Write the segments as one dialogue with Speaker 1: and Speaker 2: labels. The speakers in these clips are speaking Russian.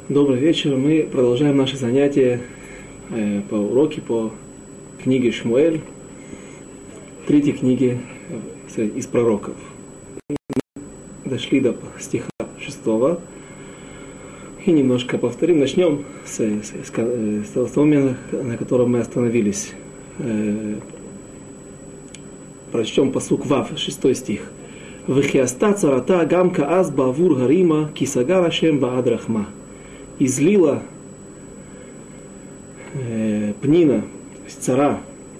Speaker 1: Добрый вечер. Мы продолжаем наши занятия по уроке по книге Шмуэль, третьей книге из пророков. Дошли до стиха 6 и немножко повторим. Начнем с того момента, на котором мы остановились. Прочтем пасук Вав, 6 стих. «Вехиаста царата гамка аз баавур гарима кисагар Ашем баад рахма». Излила Пнина, то есть цара,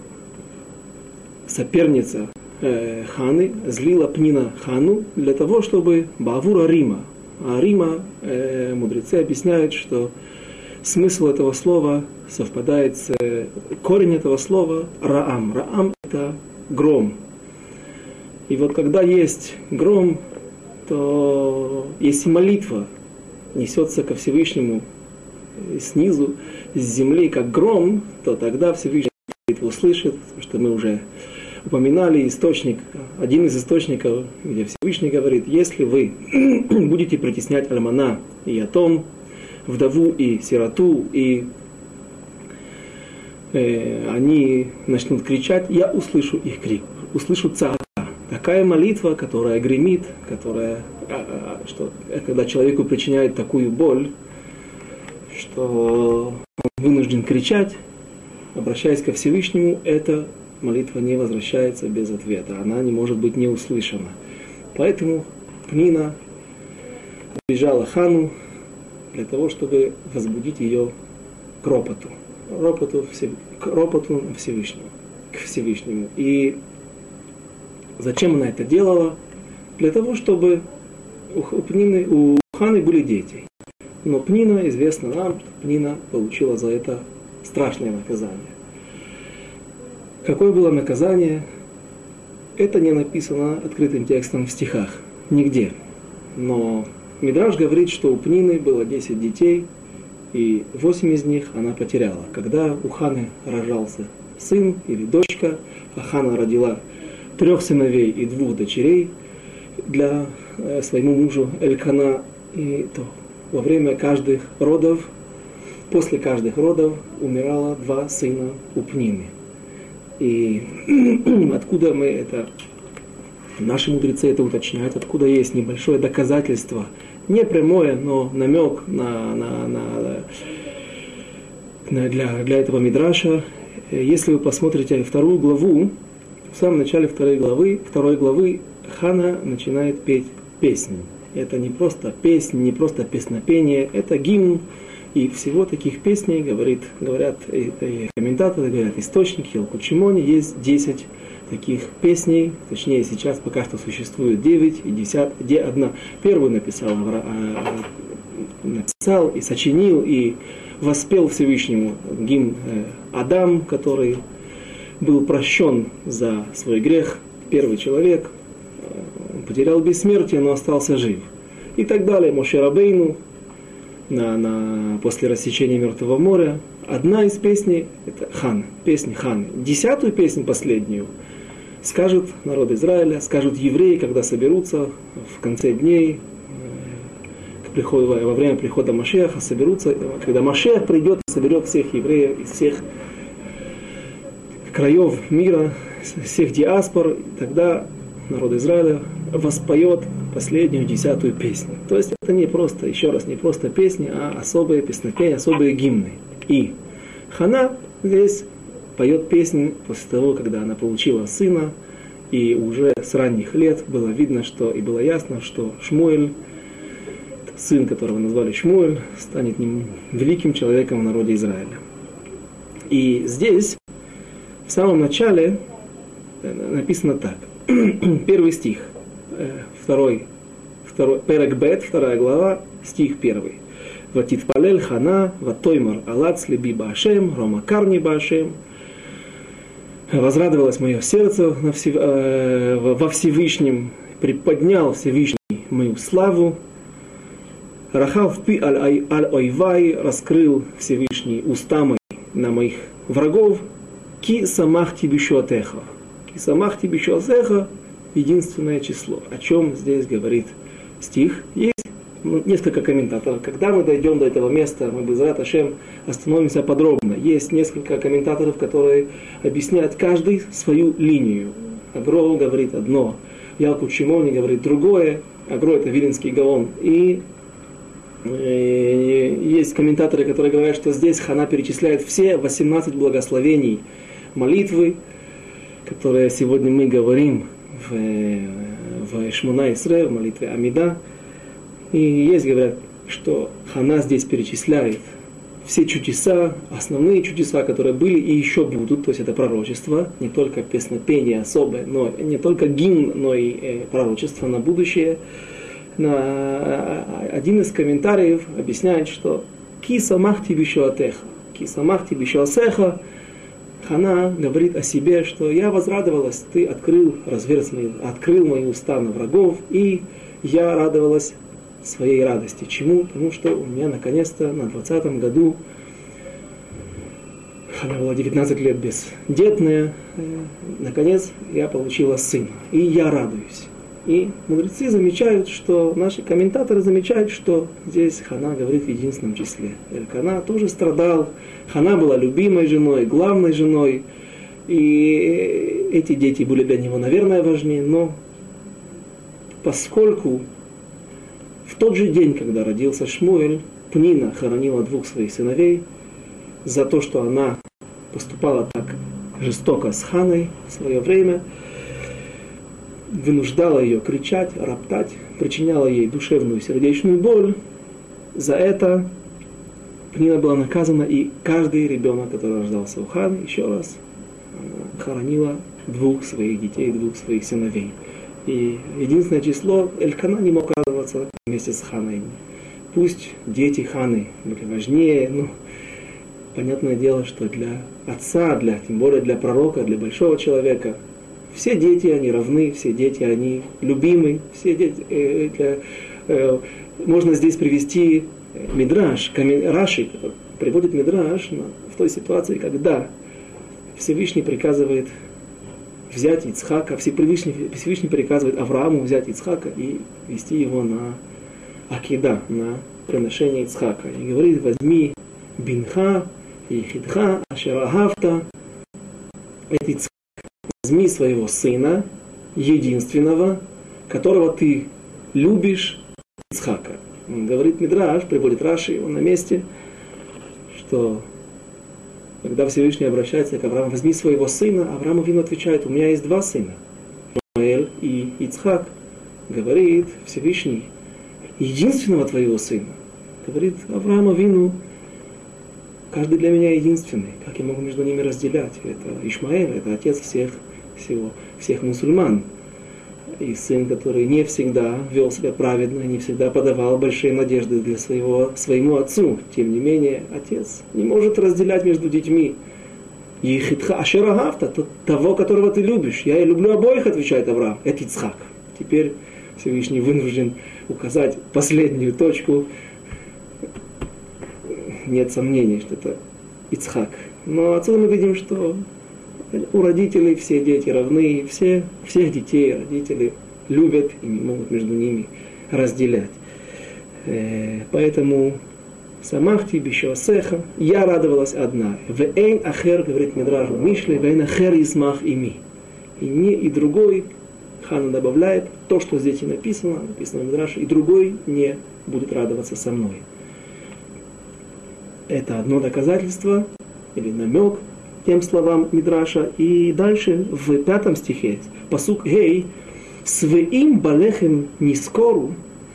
Speaker 1: соперница Ханы, злила Пнина Хану для того, чтобы баавур Арима. А Арима, мудрецы объясняют, что смысл этого слова совпадает с корень этого слова Раам. Раам – это гром. И вот когда есть гром, то есть и молитва, несется ко Всевышнему снизу, с земли, как гром, то тогда Всевышний молитву услышит, что мы уже упоминали источник, один из источников, где Всевышний говорит: если вы будете притеснять альмана и ятом, вдову и сироту, и они начнут кричать, я услышу их крик, услышу цаака. Такая молитва, которая гремит, когда человеку причиняет такую боль, что он вынужден кричать, обращаясь ко Всевышнему, эта молитва не возвращается без ответа, она не может быть не услышана. Поэтому Пнина убежала Хану для того, чтобы возбудить ее к ропоту к Всевышнему. И зачем она это делала? Для того, чтобы у Ханы были дети. Но Пнина, известно нам, что Пнина получила за это страшное наказание. Какое было наказание? Это не написано открытым текстом в стихах. Нигде. Но Мидраш говорит, что у Пнины было 10 детей, и 8 из них она потеряла. Когда у Ханы рожался сын или дочка, а Хана родила 3 сыновей и 2 дочерей для своему мужу Элькана, и то во время каждых родов, после каждых родов умирало 2 сына у Пнины. И откуда мы это, наши мудрецы это уточняют, откуда есть небольшое доказательство, не прямое, но намек для этого мидраша. Если вы посмотрите 2 главу, в самом начале 2 главы Хана начинает петь песнь. Это не просто песнь, не просто песнопение, это гимн. И всего таких песней, говорят и комментаторы, говорят источники, Елкут Шимони, есть 10 таких песней, точнее сейчас пока что существует 9, и 10, где одна первую написал и сочинил, и воспел Всевышнему гимн Адам, который был прощен за свой грех, первый человек, потерял бессмертие, но остался жив. И так далее. Моше Рабейну после рассечения Мертвого моря. Одна из песней – это песня Ханы. 10-ю песню, последнюю, скажет народ Израиля, скажут евреи, когда соберутся в конце дней, во время прихода Машеха, соберутся, когда Машех придет и соберет всех евреев из всех краев мира, всех диаспор, тогда народ Израиля воспоет последнюю 10-ю песню. То есть это не просто, еще раз, не просто песни, а особые песнопения, особые гимны. И Хана здесь поет песнь после того, когда она получила сына, и уже с ранних лет было видно, что и было ясно, что Шмуэль, сын, которого назвали Шмуэль, станет великим человеком в народе Израиля. И здесь, в самом начале, написано так. 1 стих, 2 Перек Бет, 2 глава, стих 1. «Ватитпалель Хана, ватоймар алац либи баашем, ромакарни баашем». «Возрадовалось мое сердце во Всевышнем, приподнял Всевышний мою славу. Рахав пи аль-ойвай, раскрыл Всевышний уста мои на моих врагов. Ки самахти бишуатеха». «Ки самахти бишуатеха» — единственное число. О чем здесь говорит стих? Есть несколько комментаторов. Когда мы дойдем до этого места, мы Безрат Ашем остановимся подробно. Есть несколько комментаторов, которые объясняют каждый свою линию. Агро говорит одно, Ялкут Шимони говорит другое. Агро — это Вилинский Гаон. И есть комментаторы, которые говорят, что здесь Хана перечисляет все 18 благословений молитвы, которые сегодня мы говорим в Шмона Исре, в молитве Амида. И есть, говорят, что Хана здесь перечисляет все чудеса, основные чудеса, которые были и еще будут, то есть это пророчество, не только песнопение особое, но не только гимн, но и пророчество на будущее. Один из комментариев объясняет, что «Ки самахти бишуатеха», «Ки самахти бишуасеха», Хана говорит о себе, что я возрадовалась, ты открыл мои уста на врагов, и я радовалась своей радости. Чему? Потому что у меня наконец-то на 20-м году, Хана была 19 лет бездетная, наконец я получила сына, и я радуюсь. И мудрецы замечают, что наши комментаторы замечают, что здесь Хана говорит в единственном числе. Элькана тоже страдал, Хана была любимой женой, главной женой, и эти дети были для него, наверное, важнее, но поскольку в тот же день, когда родился Шмуэль, Пнина хоронила двух своих сыновей за то, что она поступала так жестоко с Ханой в свое время, вынуждала ее кричать, роптать, причиняла ей душевную сердечную боль. За это Пнина была наказана, и каждый ребенок, который рождался у Ханы, еще раз, она хоронила двух своих детей, двух своих сыновей. И единственное число, Элькана не мог радоваться вместе с Ханой. Пусть дети Ханы были важнее, но понятное дело, что для отца, тем более для пророка, для большого человека, все дети, они равны, все дети, они любимы, все дети, можно здесь привести Мидраш, Раши приводит Мидраш в той ситуации, когда Всевышний приказывает взять Ицхака, Всевышний приказывает Аврааму взять Ицхака и вести его на Акида, на приношение Ицхака. И говорит: возьми бинха и хидха, ашерагавта, Ицхак. Возьми своего сына, единственного, которого ты любишь, Ицхака. Он говорит Мидраш, приводит Раши, он на месте, что когда Всевышний обращается к Аврааму: возьми своего сына, Авраам Авину отвечает: у меня есть два сына, Ишмаэль и Ицхак. Говорит Всевышний: единственного твоего сына. Говорит Авраам Авину: каждый для меня единственный, как я могу между ними разделять? Это Ишмаэль, это отец всех мусульман. И сын, который не всегда вел себя праведно, не всегда подавал большие надежды своему отцу. Тем не менее, отец не может разделять между детьми. Ехидха ашерагавта, того, которого ты любишь. Я и люблю обоих, отвечает Авраам. Это Ицхак. Теперь Всевышний вынужден указать последнюю точку. Нет сомнений, что это Ицхак. Но отсюда мы видим, что у родителей все дети равны, всех детей родители любят и не могут между ними разделять. Поэтому самахти бишуасеха, я радовалась одна. Вэйн ахер, говорит Мидраш в Мишле, вэйн ахер исмах ими. И не и другой, Хана добавляет, то, что здесь и написано в Мидраше, и другой не будет радоваться со мной. Это одно доказательство или намек тем словам Мидраша. И дальше в 5 стихе пасук Гей: «Свеим балехем нискору»,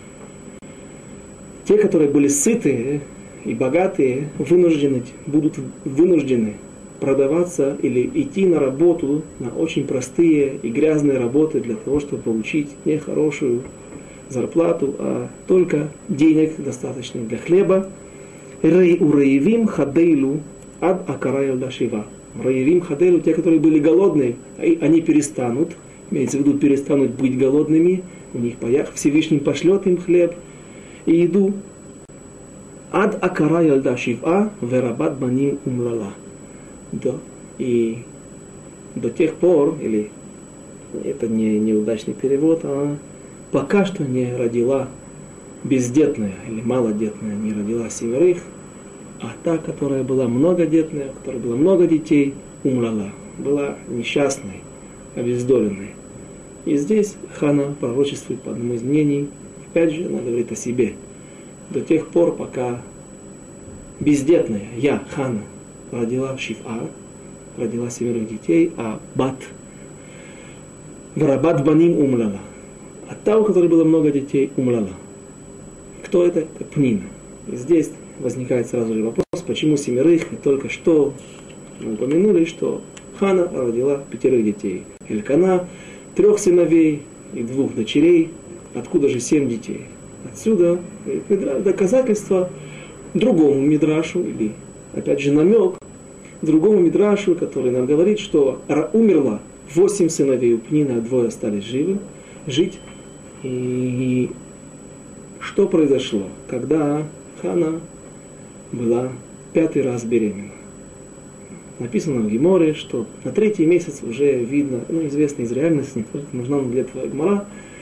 Speaker 1: те, которые были сытые и богатые, будут вынуждены продаваться или идти на работу, на очень простые и грязные работы для того, чтобы получить не хорошую зарплату, а только денег, достаточных для хлеба. Ураевим хадейлу ад акара йолда шива. Раевим хадейлу, те, которые были голодные, они перестанут, имеется в виду, перестанут быть голодными, у них Всевышний пошлет им хлеб и еду. Ад акара йолда шива верабат баним умлала. И до тех пор, или это не неудачный перевод, а пока что не родила бездетная или малодетная не родила 7, а та, которая была многодетная, у которой было много детей, умрала, была несчастной, обездоленной. И здесь Хана пророчествует по одному из мнений, опять же, она говорит о себе, до тех пор, пока бездетная, я, Хана, родила Шифа, родила 7 детей, а Варабат Баним умрала. А та, у которой было много детей, умрала. Кто это? Это Пнина. И здесь возникает сразу же вопрос, почему 7? И только что мы упомянули, что Хана родила 5 детей. Элькана 3 сыновей и 2 дочерей. Откуда же 7 детей? Отсюда доказательство другому мидрашу, или опять же намек другому мидрашу, который нам говорит, что умерло 8 сыновей у Пнины, а 2 остались жить. И что произошло, когда Хана была 5 раз беременна? Написано в Геморе, что на 3-й месяц уже видно, известно из реальности, нужна нам для этого Гемора,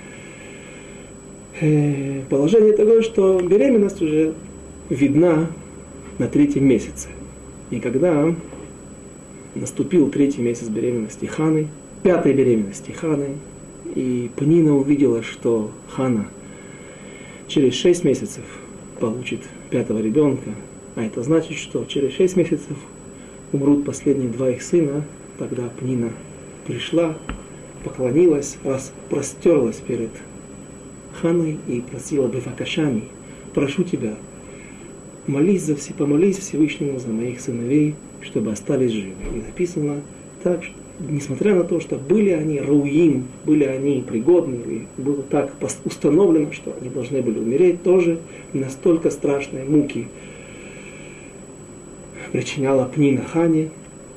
Speaker 1: положение такое, что беременность уже видна на 3-м месяце. И когда наступил 3-й месяц беременности Ханы, 5-й беременности Ханы, и Пнина увидела, что Хана через 6 месяцев получит 5-го ребенка, а это значит, что через 6 месяцев умрут последние 2 их сына, тогда Пнина пришла, поклонилась, простерлась перед Ханой и просила Бефакашами, прошу тебя, помолись Всевышнему за моих сыновей, чтобы остались живы. И написано так, что, несмотря на то, что были они рауим, были они пригодны, и было так установлено, что они должны были умереть, тоже настолько страшные муки причиняла Пнина Хане,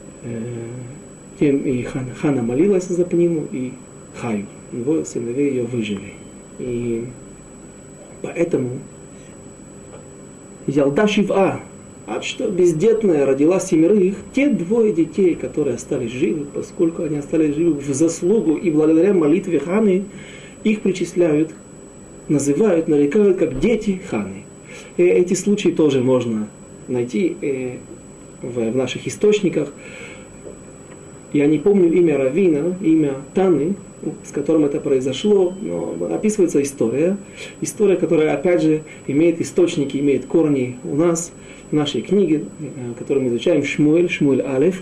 Speaker 1: и Хана молилась за Пнину и Хаю, его сыновей ее выжили. И поэтому Ялда Шива, что бездетная родила 7, те 2 детей, которые остались живы, поскольку они остались живы в заслугу и благодаря молитве Ханы, их причисляют, называют, нарекают как дети Ханы. И эти случаи тоже можно найти в наших источниках. Я не помню имя раввина, имя Таны, с которым это произошло, но описывается история, которая, опять же, имеет источники, имеет корни у нас, в нашей книге, которую мы изучаем, Шмуэль Алеф.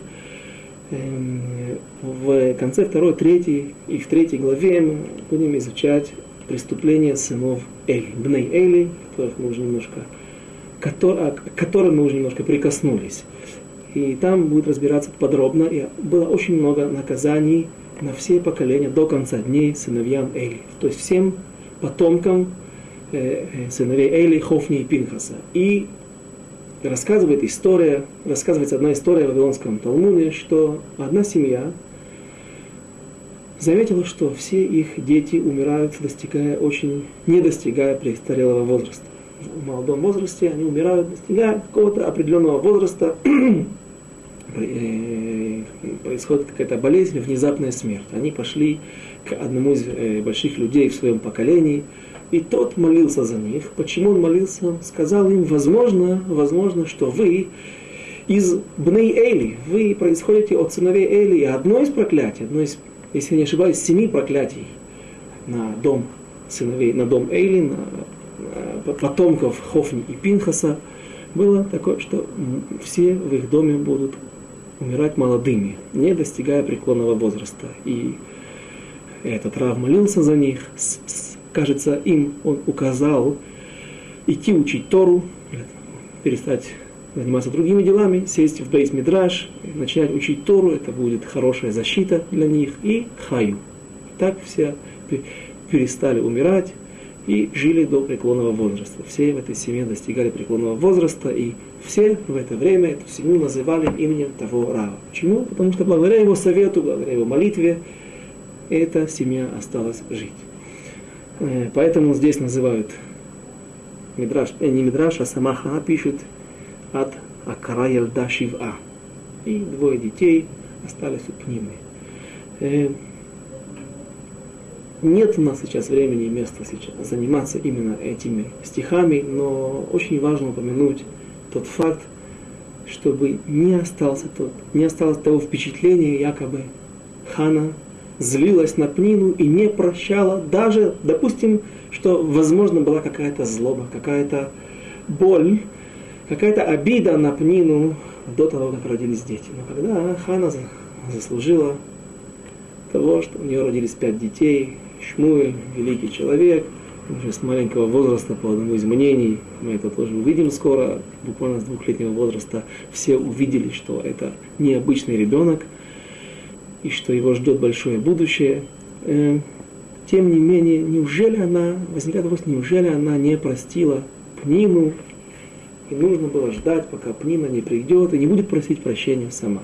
Speaker 1: В конце 2, 3 и в 3 главе мы будем изучать преступления сынов Эли, Бней Эли, к которым мы уже немножко прикоснулись. И там будет разбираться подробно, и было очень много наказаний на все поколения до конца дней сыновьям Эли, то есть всем потомкам сыновей Эли, Хофни и Пинхаса. И рассказывается одна история в Вавилонском Талмуде, что одна семья заметила, что все их дети умирают, не достигая престарелого возраста. В молодом возрасте они умирают, достигая какого-то определенного возраста, происходит какая-то болезнь, внезапная смерть. Они пошли к одному из больших людей в своем поколении, и тот молился за них. Почему он молился? Сказал им, возможно, что вы из Бней Эли, вы происходите от сыновей Эли, и одно из проклятий, если я не ошибаюсь, 7 проклятий на дом сыновей, на дом Эли, на потомков Хофни и Пинхаса, было такое, что все в их доме будут умирать молодыми, не достигая преклонного возраста. И этот рав молился за них. Кажется, им он указал идти учить Тору, перестать заниматься другими делами, сесть в бейт мидраш, начинать учить Тору, это будет хорошая защита для них, и хаю. Так все перестали умирать и жили до преклонного возраста. Все в этой семье достигали преклонного возраста, и все в это время эту семью называли именем того рава. Почему? Потому что благодаря его совету, благодаря его молитве, эта семья осталась жить. Поэтому здесь называют мидраш, не мидраш, а сама Хана пишет от Акара Ялда Шива. И 2 детей остались у Пнины. Нет у нас сейчас времени и места сейчас заниматься именно этими стихами, но очень важно упомянуть тот факт, чтобы не осталось того впечатления, якобы Хана злилась на Пнину и не прощала, даже, допустим, что, возможно, была какая-то злоба, какая-то боль, какая-то обида на Пнину до того, как родились дети. Но когда Хана заслужила того, что у нее родились 5 детей, Шмуэль, великий человек, уже с маленького возраста, по одному из мнений, мы это тоже увидим скоро, буквально с 2-летнего возраста, все увидели, что это необычный ребенок, и что его ждет большое будущее. Тем не менее, возникает вопрос, неужели она не простила Пнину, и нужно было ждать, пока Пнина не придет и не будет просить прощения сама.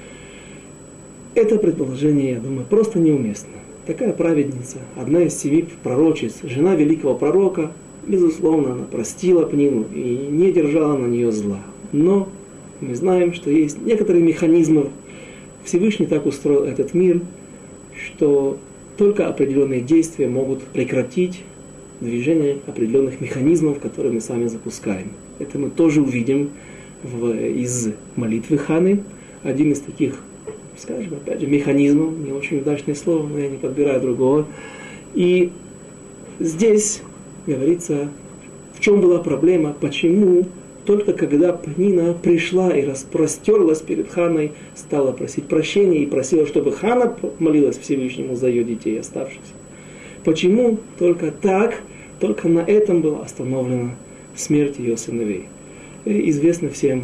Speaker 1: Это предположение, я думаю, просто неуместно. Такая праведница, одна из 7 пророчиц, жена великого пророка, безусловно, она простила Пнину и не держала на нее зла. Но мы знаем, что есть некоторые механизмы. Всевышний так устроил этот мир, что только определенные действия могут прекратить движение определенных механизмов, которые мы сами запускаем. Это мы тоже увидим из молитвы Ханы. Один из таких, скажем, опять же, механизмов, не очень удачное слово, но я не подбираю другого. И здесь говорится, в чем была проблема, почему только когда Пнина пришла и распростерлась перед Ханой, стала просить прощения и просила, чтобы Хана молилась Всевышнему за ее детей оставшихся. Почему только так, только на этом была остановлена смерть ее сыновей? И известны всем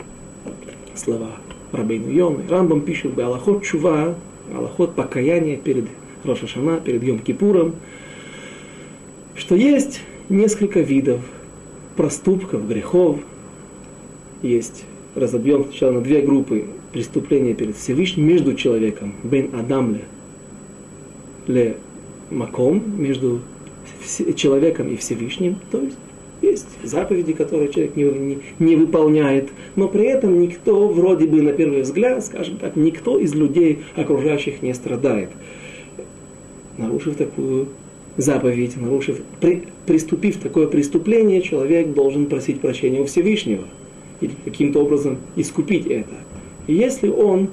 Speaker 1: слова Рабейну Йомы. Рамбам пишет Алахот Чува, Алахот покаяния перед Рош ха-Шана, перед Йом-Кипуром, что есть несколько видов проступков, грехов. Есть, разобьем сначала на 2 группы преступления перед Всевышним между человеком, бен Адам ле маком, между человеком и Всевышним, то есть заповеди, которые человек не выполняет, но при этом никто, вроде бы на первый взгляд, скажем так, никто из людей окружающих не страдает. Нарушив такую заповедь, приступив такое преступление, человек должен просить прощения у Всевышнего или каким-то образом искупить это. И если он,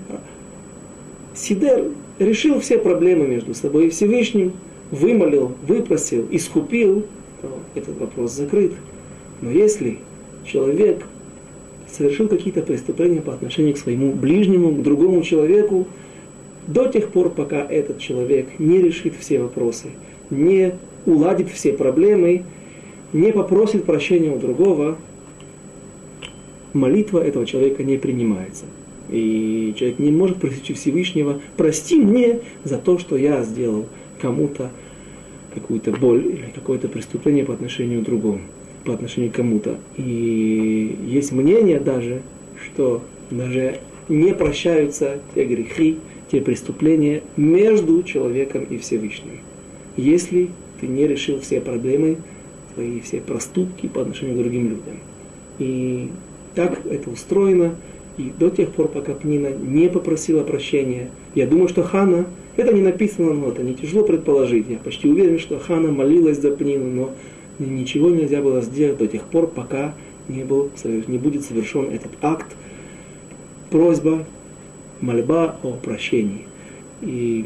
Speaker 1: Сидер, решил все проблемы между собой и Всевышним, вымолил, выпросил, искупил, то этот вопрос закрыт. Но если человек совершил какие-то преступления по отношению к своему ближнему, к другому человеку, до тех пор, пока этот человек не решит все вопросы, не уладит все проблемы, не попросит прощения у другого, молитва этого человека не принимается. И человек не может просить у Всевышнего: прости мне за то, что я сделал кому-то какую-то боль или какое-то преступление по отношению к другому, по отношению к кому-то. И есть мнение даже, что даже не прощаются те грехи, те преступления между человеком и Всевышним, если ты не решил все проблемы, твои все проступки по отношению к другим людям. И так это устроено, и до тех пор, пока Пнина не попросила прощения, я думаю, что Хана, это не написано, но это не тяжело предположить, я почти уверен, что Хана молилась за Пнину, но ничего нельзя было сделать до тех пор, пока не будет совершен этот акт, просьба, мольба о прощении. И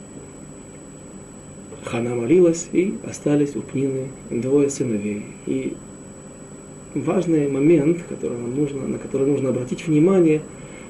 Speaker 1: Хана молилась, и остались у Пнины 2 сыновей. И важный момент, на который нужно обратить внимание,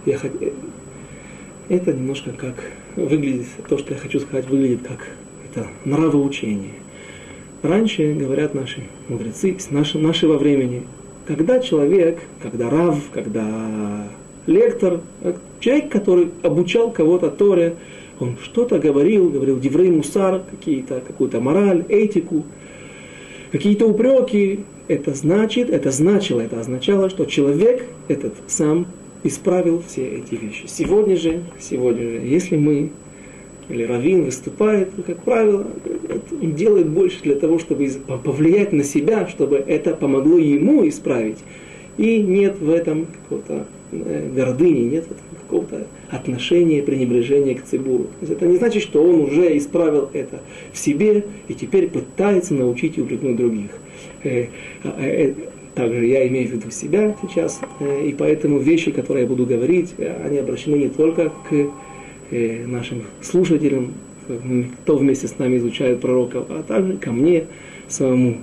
Speaker 1: это немножко как выглядит, то, что я хочу сказать, выглядит как это нравоучение. Раньше, говорят наши мудрецы, с нашего времени, когда человек, когда рав, когда лектор, человек, который обучал кого-то Торе, он что-то говорил диврей мусар, какую-то мораль, этику, какие-то упреки, это означало, что человек этот сам исправил все эти вещи. Сегодня же, если мы, или раввин выступает, как правило, он делает больше для того, чтобы повлиять на себя, чтобы это помогло ему исправить. И нет в этом какой-то гордыни, нет в этом какого-то отношения, пренебрежения к цибуру. То есть это не значит, что он уже исправил это в себе и теперь пытается научить и упрекнуть других. Также я имею в виду себя сейчас, и поэтому вещи, которые я буду говорить, они обращены не только к нашим слушателям, кто вместе с нами изучает пророков, а также ко мне самому.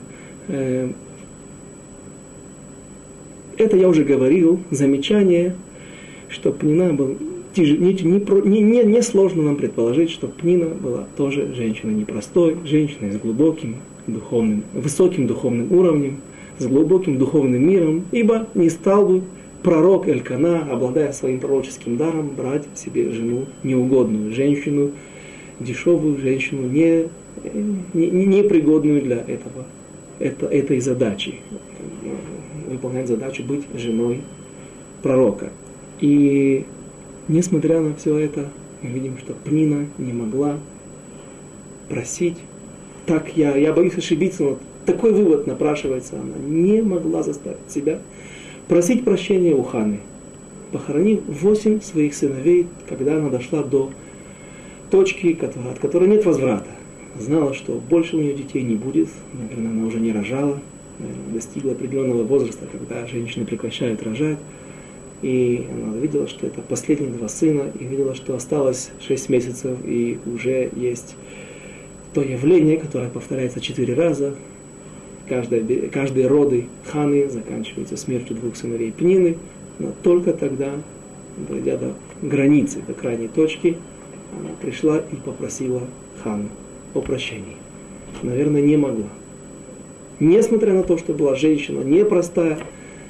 Speaker 1: Это я уже говорил, замечание, что Пнина был... Не сложно нам предположить, что Пнина была тоже женщиной непростой, женщиной с глубоким духовным, высоким духовным уровнем, с глубоким духовным миром, ибо не стал бы пророк Элькана, обладая своим пророческим даром, брать себе жену неугодную, женщину, дешевую женщину, непригодную для этой задачи, выполнять задачу быть женой пророка. И несмотря на все это, мы видим, что Пнина не могла просить. Так я боюсь ошибиться, но такой вывод напрашивается. Она не могла заставить себя просить прощения у Ханы, похоронив 8 своих сыновей, когда она дошла до точки, от которой нет возврата. Знала, что больше у нее детей не будет, наверное, она уже не рожала, наверное, достигла определенного возраста, когда женщины прекращают рожать. И она видела, что это последние 2 сына, и видела, что осталось 6 месяцев, и уже есть то явление, которое повторяется 4 раза. Каждые роды Ханы заканчиваются смертью 2 сыновей Пнины, но только тогда, дойдя до границы, до крайней точки, она пришла и попросила Хану о прощении. Наверное, не могла. Несмотря на то, что была женщина непростая.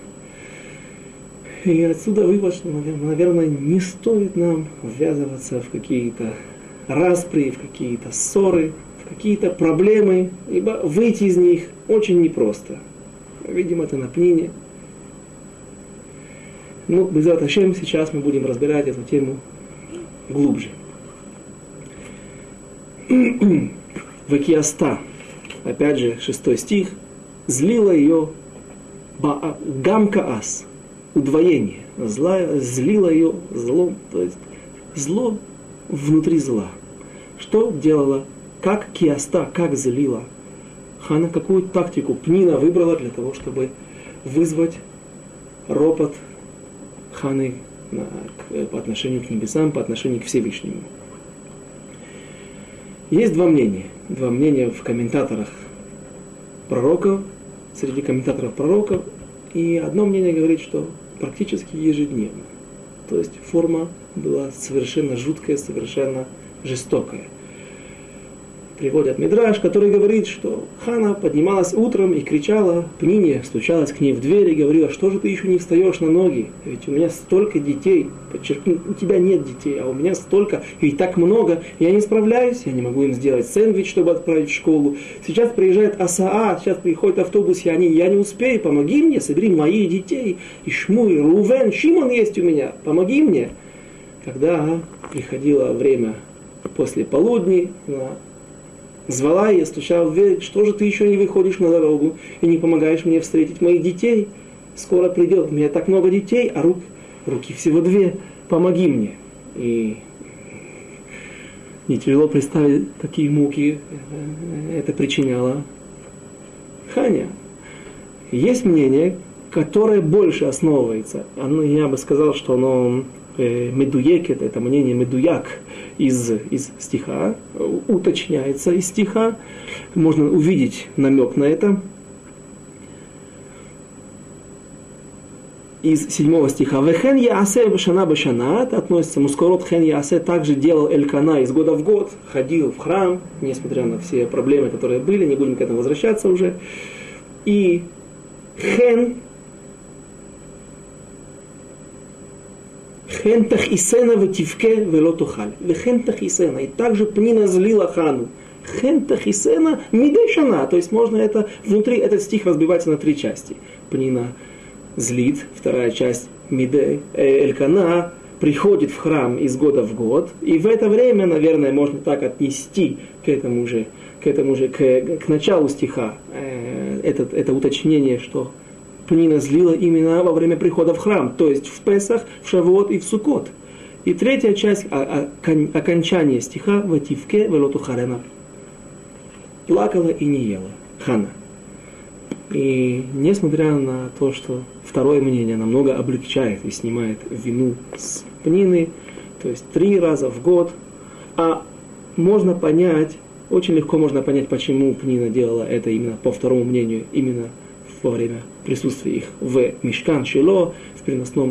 Speaker 1: И отсюда вывод, что, наверное, не стоит нам ввязываться в какие-то распри, в какие-то ссоры, в какие-то проблемы, ибо выйти из них очень непросто. Видим это на Пнине. Безат Ашем, сейчас мы будем разбирать эту тему глубже. Векиаста, опять же, 6 стих, злила ее Гамкаас, удвоение, злила ее злом, то есть зло внутри зла. Что делала, как киаста, как злила Хана, какую тактику Пнина выбрала для того, чтобы вызвать ропот Ханы по отношению к небесам, по отношению к Всевышнему. Есть 2 мнения. 2 мнения в комментаторах пророков, среди комментаторов пророков, и одно мнение говорит, что практически ежедневно. То есть форма была совершенно жуткая, совершенно жестокая. Приводят Мидраш, который говорит, что Хана поднималась утром и кричала Пнине, стучалась к ней в дверь и говорила: что же ты еще не встаешь на ноги? Ведь у меня столько детей. Подчеркну, у тебя нет детей, а у меня столько, и так много. Я не справляюсь, я не могу им сделать сэндвич, чтобы отправить в школу. Сейчас приезжает Асаа, сейчас приходит автобус, я не успею, помоги мне, собери моих детей. И Шмуй, Рувен, Шимон есть у меня, помоги мне. Когда приходило время после полудня, звала я, стучала в дверь: что же ты еще не выходишь на дорогу и не помогаешь мне встретить моих детей? Скоро придет, у меня так много детей, а руки всего 2, помоги мне. И не тяжело представить, какие муки это причиняло Хане. Есть мнение, которое больше основывается, я бы сказал, что оно медуекет, это мнение медуяк из стиха, уточняется из стиха, можно увидеть намек на это. Из 7 стиха. «Вехен яасе башана башана», это относится, мускорот хен яасе также делал Элькана из года в год, ходил в храм, несмотря на все проблемы, которые были, не будем к этому возвращаться уже. И хен тахисена вативке вело тухаль. Вехен тахисена. И также Пнина злила Хану. Хен тахисена мидешана. То есть можно это внутри, этот стих разбивается на 3 части. Пнина злит, 2 часть Миде Элькана приходит в храм из года в год. И в это время, наверное, можно так отнести к началу стиха это уточнение, что Пнина злила именно во время прихода в храм, то есть в Песах, в Шавуот и в Суккот. И третья часть, окончание стиха, «Вативке велотухарена». Плакала и не ела. Хана. И несмотря на то, что второе мнение намного облегчает и снимает вину с Пнины, то есть 3 раза в год, а можно понять, очень легко можно понять, почему Пнина делала это именно по второму мнению, именно во время присутствия их в Мишкан Шило, в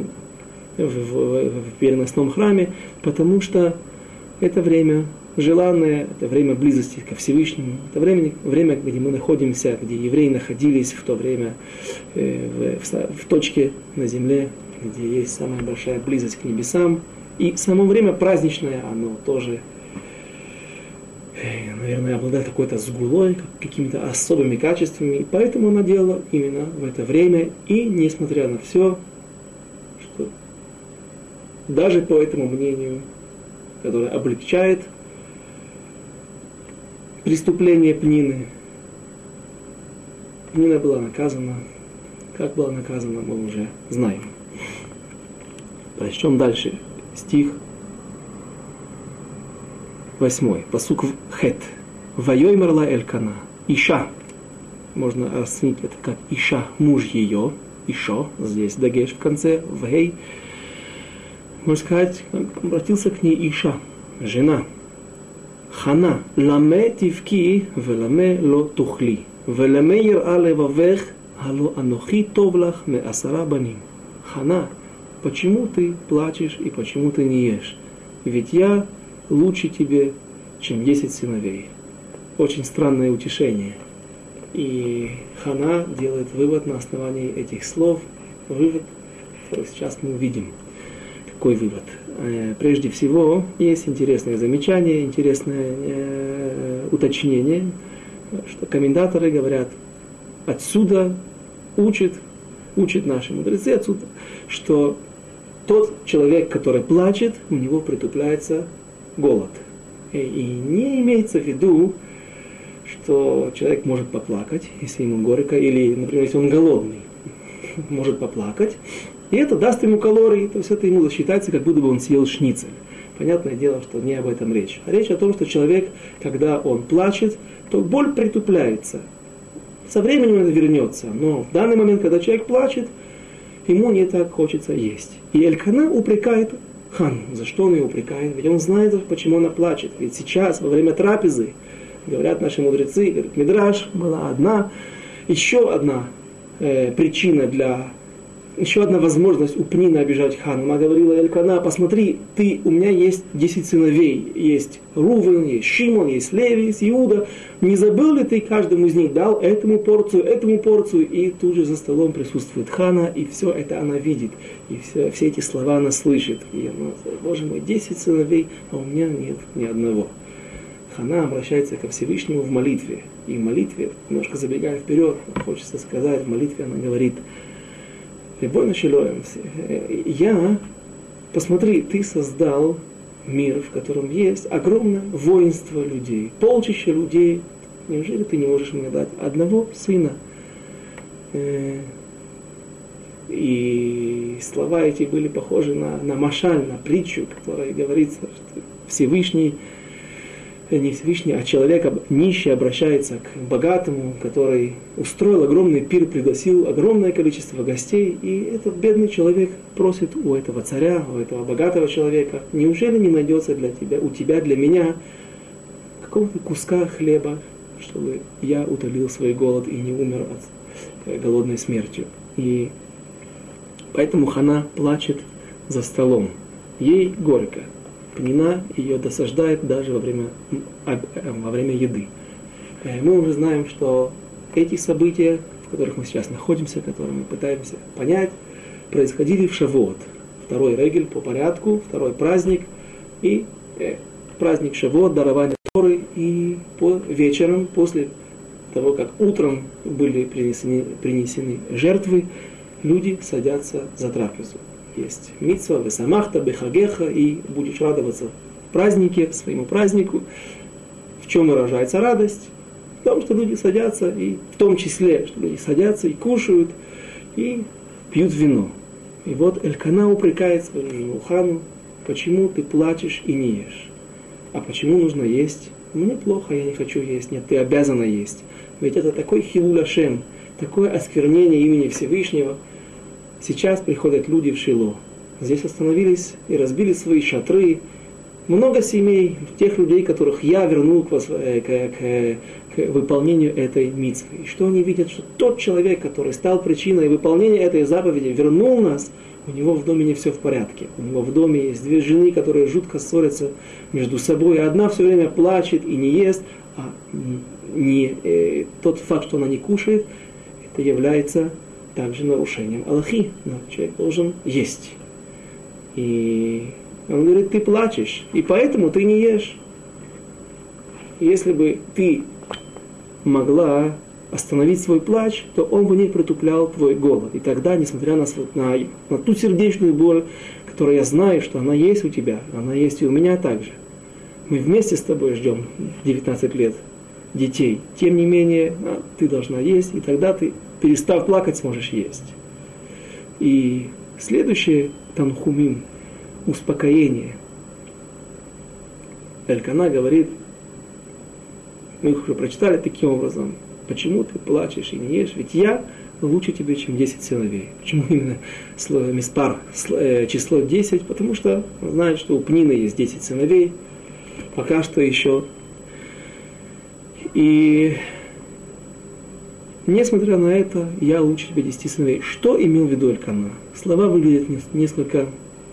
Speaker 1: переносном храме, потому что это время желанное, это время близости ко Всевышнему, это время, где мы находимся, где евреи находились в то время в точке на земле, где есть самая большая близость к небесам. И само время праздничное, оно тоже, наверное, обладает какой-то сгулой, какими-то особыми качествами, и поэтому она делала именно в это время, и несмотря на все, что даже по этому мнению, которое облегчает преступление Пнины, Пнина была наказана. Как была наказана, мы уже знаем. Прочтем дальше. Стих 8. Пасук Хет. Вайоймерла Элькана. Иша. Можно расценить это как Иша, муж ее. Ишо. Здесь дагеш в конце. Вей. Можно сказать, обратился к ней Иша. Жена. Хана. Ламе тивки веламе ло тухли. Веламе ира левавех алло анохи товлах ме асара баним. Хана. Почему ты плачешь и почему ты не ешь? Ведь я лучше тебе, чем 10 сыновей. Очень странное утешение. И Хана делает вывод на основании этих слов. Вывод, который сейчас мы увидим. Какой вывод? Прежде всего, есть интересное замечание, интересное уточнение, что комментаторы говорят, отсюда учат наши мудрецы, отсюда, что тот человек, который плачет, у него притупляется голод. И не имеется в виду, что человек может поплакать, если ему горько, или, например, если он голодный, может поплакать, и это даст ему калории, то есть это ему засчитается, как будто бы он съел шницель. Понятное дело, что не об этом речь. А речь о том, что человек, когда он плачет, то боль притупляется. Со временем это вернется, но в данный момент, когда человек плачет, ему не так хочется есть. И Элькана упрекает Хану. За что он ее упрекает? Ведь он знает, почему она плачет. Ведь сейчас, во время трапезы, говорят наши мудрецы, говорят, Мидраш, была еще одна причина еще одна возможность у Пнины обижать Хану. Она говорила Элькана, посмотри, у меня есть 10 сыновей. Есть Рувен, есть Шимон, есть Леви, есть Иуда. Не забыл ли ты, каждому из них дал этому порцию, и тут же за столом присутствует Хана, и все это она видит. И все эти слова она слышит. И она говорит, боже мой, 10 сыновей, а у меня нет ни одного. Хана обращается ко Всевышнему в молитве. И в молитве, немножко забегая вперед, хочется сказать, в молитве она говорит, посмотри, ты создал мир, в котором есть огромное воинство людей, полчища людей. Неужели ты не можешь мне дать одного сына? И слова эти были похожи на машаль, на притчу, которая говорится, что Всевышний, не Всевышний, а человек нищий обращается к богатому, который устроил огромный пир, пригласил огромное количество гостей, и этот бедный человек просит у этого царя, у этого богатого человека, неужели не найдется у тебя, для меня какого-то куска хлеба, чтобы я утолил свой голод и не умер от голодной смертью. И поэтому Хана плачет за столом. Ей горько. Пнина ее досаждает даже во время еды. Мы уже знаем, что эти события, в которых мы сейчас находимся, которые мы пытаемся понять, происходили в Шавуот. Второй регель по порядку, второй праздник, и праздник Шавуот, дарование Торы, и вечером, после того, как утром были принесены жертвы, люди садятся за трапезу. Есть митцва, весамахта, бехагеха, и будешь радоваться в празднике, своему празднику. В чем выражается радость? В том, что люди садятся, и в том числе, что люди садятся и кушают, и пьют вино. И вот Элькана упрекает свою жену Хану, почему ты плачешь и не ешь? А почему нужно есть? Мне плохо, я не хочу есть. Нет, ты обязана есть. Ведь это такой хилуль Ашем, такое осквернение имени Всевышнего. Сейчас приходят люди в Шило. Здесь остановились и разбили свои шатры. Много семей, тех людей, которых я вернул к выполнению этой мицвы. И что они видят? Что тот человек, который стал причиной выполнения этой заповеди, вернул нас, у него в доме не все в порядке. У него в доме есть две жены, которые жутко ссорятся между собой. Одна все время плачет и не ест, а тот факт, что она не кушает, это является также нарушением алахи. Но человек должен есть. И он говорит, ты плачешь, и поэтому ты не ешь. Если бы ты могла остановить свой плач, то он бы не притуплял твой голод. И тогда, несмотря на ту сердечную боль, которую я знаю, что она есть у тебя, она есть и у меня также. Мы вместе с тобой ждем 19 лет детей. Тем не менее, ты должна есть, и тогда ты, перестав плакать, сможешь есть. И следующее, танхумим, успокоение. Элькана говорит, мы их уже прочитали таким образом, почему ты плачешь и не ешь, ведь я лучше тебе, чем 10 сыновей. Почему именно число 10? Потому что он знает, что у Пнины есть 10 сыновей, пока что еще. И несмотря на это, я лучше тебе 10 сыновей. Что имел в виду Элькана? Слова выглядят несколько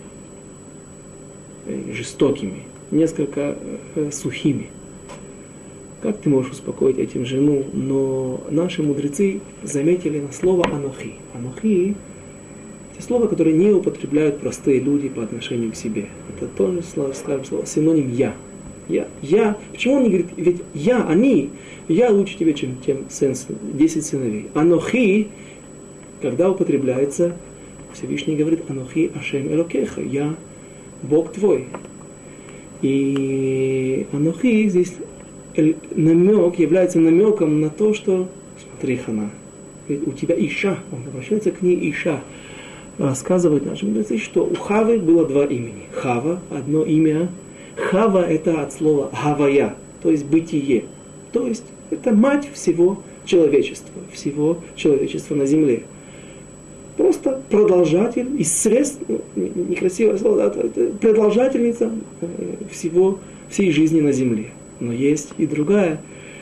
Speaker 1: жестокими, несколько сухими. Как ты можешь успокоить этим жену? Но наши мудрецы заметили на слово «анохи». «Анохи» – это слово, которое не употребляют простые люди по отношению к себе. Это тоже, скажем, слово синоним «я». Я. Почему он не говорит, ведь я лучше тебе, чем 10 сыновей. «Анохи», когда употребляется, Всевышний говорит «Анохи Ашем Элокеха», я Бог твой. И «Анохи» здесь намек является намеком на то, что, смотри, Хана, у тебя Иша, он обращается к ней Иша, рассказывает нашим мудрецы, что у Хавы было два имени. Хава, одно имя. Хава это от слова Хавая, то есть бытие. То есть это мать всего человечества на земле. Просто продолжатель из средств, некрасивое слово, да, продолжательница всей жизни на земле. Но есть и другое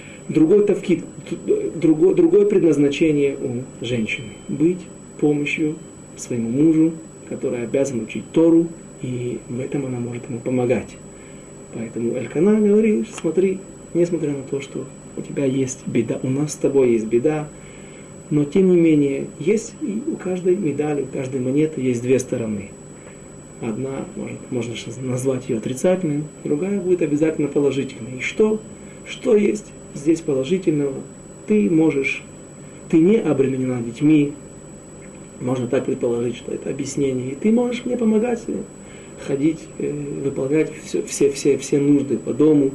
Speaker 1: предназначение у женщины. Быть помощью своему мужу, который обязан учить Тору, и в этом она может ему помогать. Поэтому Элькана говорит, смотри, несмотря на то, что у тебя есть беда, у нас с тобой есть беда, но тем не менее, есть и у каждой медали, у каждой монеты есть две стороны. Одна, можно назвать ее отрицательной, другая будет обязательно положительной. И что есть здесь положительного? Ты не обременена детьми, можно так предположить, что это объяснение, и ты можешь мне помогать ходить, выполнять все нужды по дому,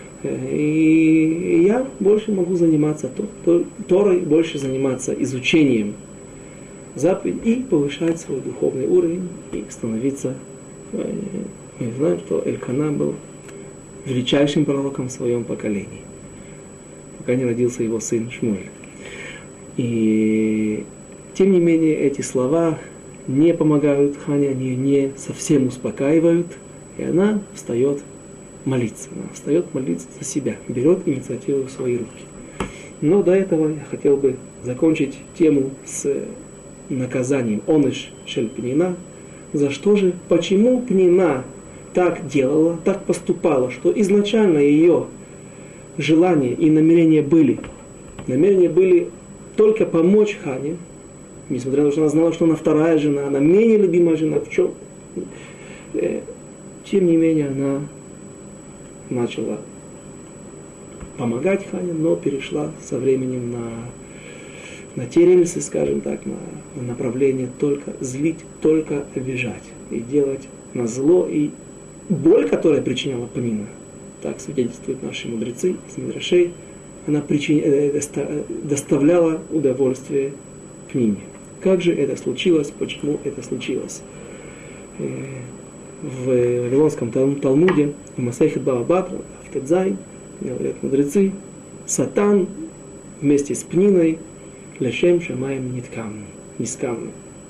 Speaker 1: и я больше могу заниматься Торой, больше заниматься изучением заповедей и повышать свой духовный уровень и становиться. Мы знаем, что Элькана был величайшим пророком в своем поколении, пока не родился его сын Шмуэль. И тем не менее эти слова не помогают Хане, они не совсем успокаивают, и она встает молиться. Она встает молиться за себя, берет инициативу в свои руки. Но до этого я хотел бы закончить тему с наказанием оныш шель Пнина. За что же, почему Пнина так делала, так поступала, что изначально ее желания и намерения были только помочь Хане, несмотря на то, что она знала, что она вторая жена, она менее любимая жена, тем не менее она начала помогать Хане, но перешла со временем на те рельсы, скажем так, на направление только злить, только обижать и делать назло. И боль, которая причиняла Пнина, так свидетельствуют наши мудрецы из Мидрашей, она доставляла удовольствие Пнине. Как же это случилось, почему это случилось? в Вавилонском Талмуде, в Масехет Бава Батра, в Тедзай, говорят мудрецы, Сатан вместе с Пниной лешем шамаем нискамну.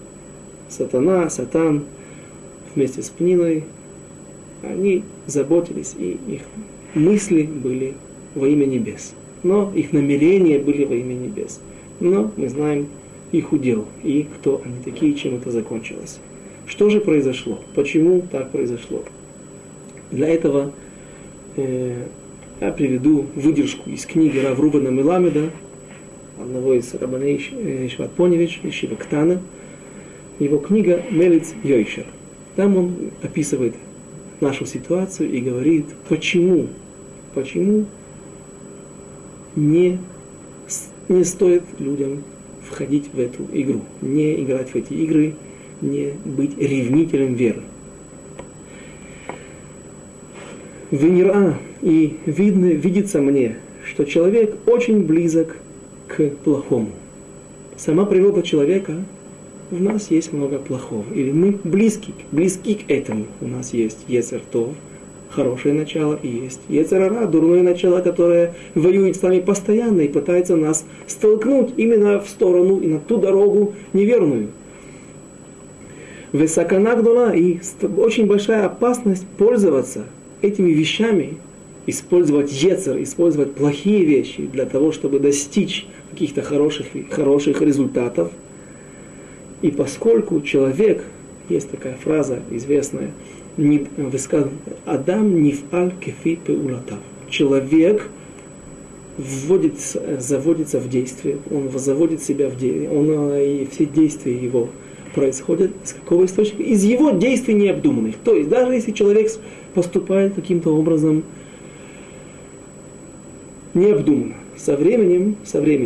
Speaker 1: Сатан вместе с Пниной, они заботились, и их мысли были во имя небес. Но их намерения были во имя небес. Но мы знаем их удел, и кто они такие, чем это закончилось. Что же произошло? Почему так произошло? Для этого я приведу выдержку из книги Рав Рувена Меламеда, одного из рабаней Ишват Поневич, Ишива Ктана. Его книга «Мелец Йойшер». Там он описывает нашу ситуацию и говорит, почему не стоит людям входить в эту игру, не играть в эти игры, не быть ревнителем веры. Венера, и видится мне, что человек очень близок к плохому. Сама природа человека, в нас есть много плохого, или мы близки к этому. У нас есть Йецер Тов, хорошее начало, и есть Йецер Ара, дурное начало, которое воюет с нами постоянно и пытается нас столкнуть именно в сторону и на ту дорогу неверную. Высокана гдула, и очень большая опасность пользоваться этими вещами, использовать Йецер, использовать плохие вещи для того, чтобы достичь каких-то хороших результатов. И поскольку человек, есть такая фраза известная, Адам нифаль кефи пеулатав. Человек заводится в действие, он заводит себя в действие, и все действия его происходят из какого источника? Из его действий необдуманных. То есть даже если человек поступает каким-то образом необдуманно, со временем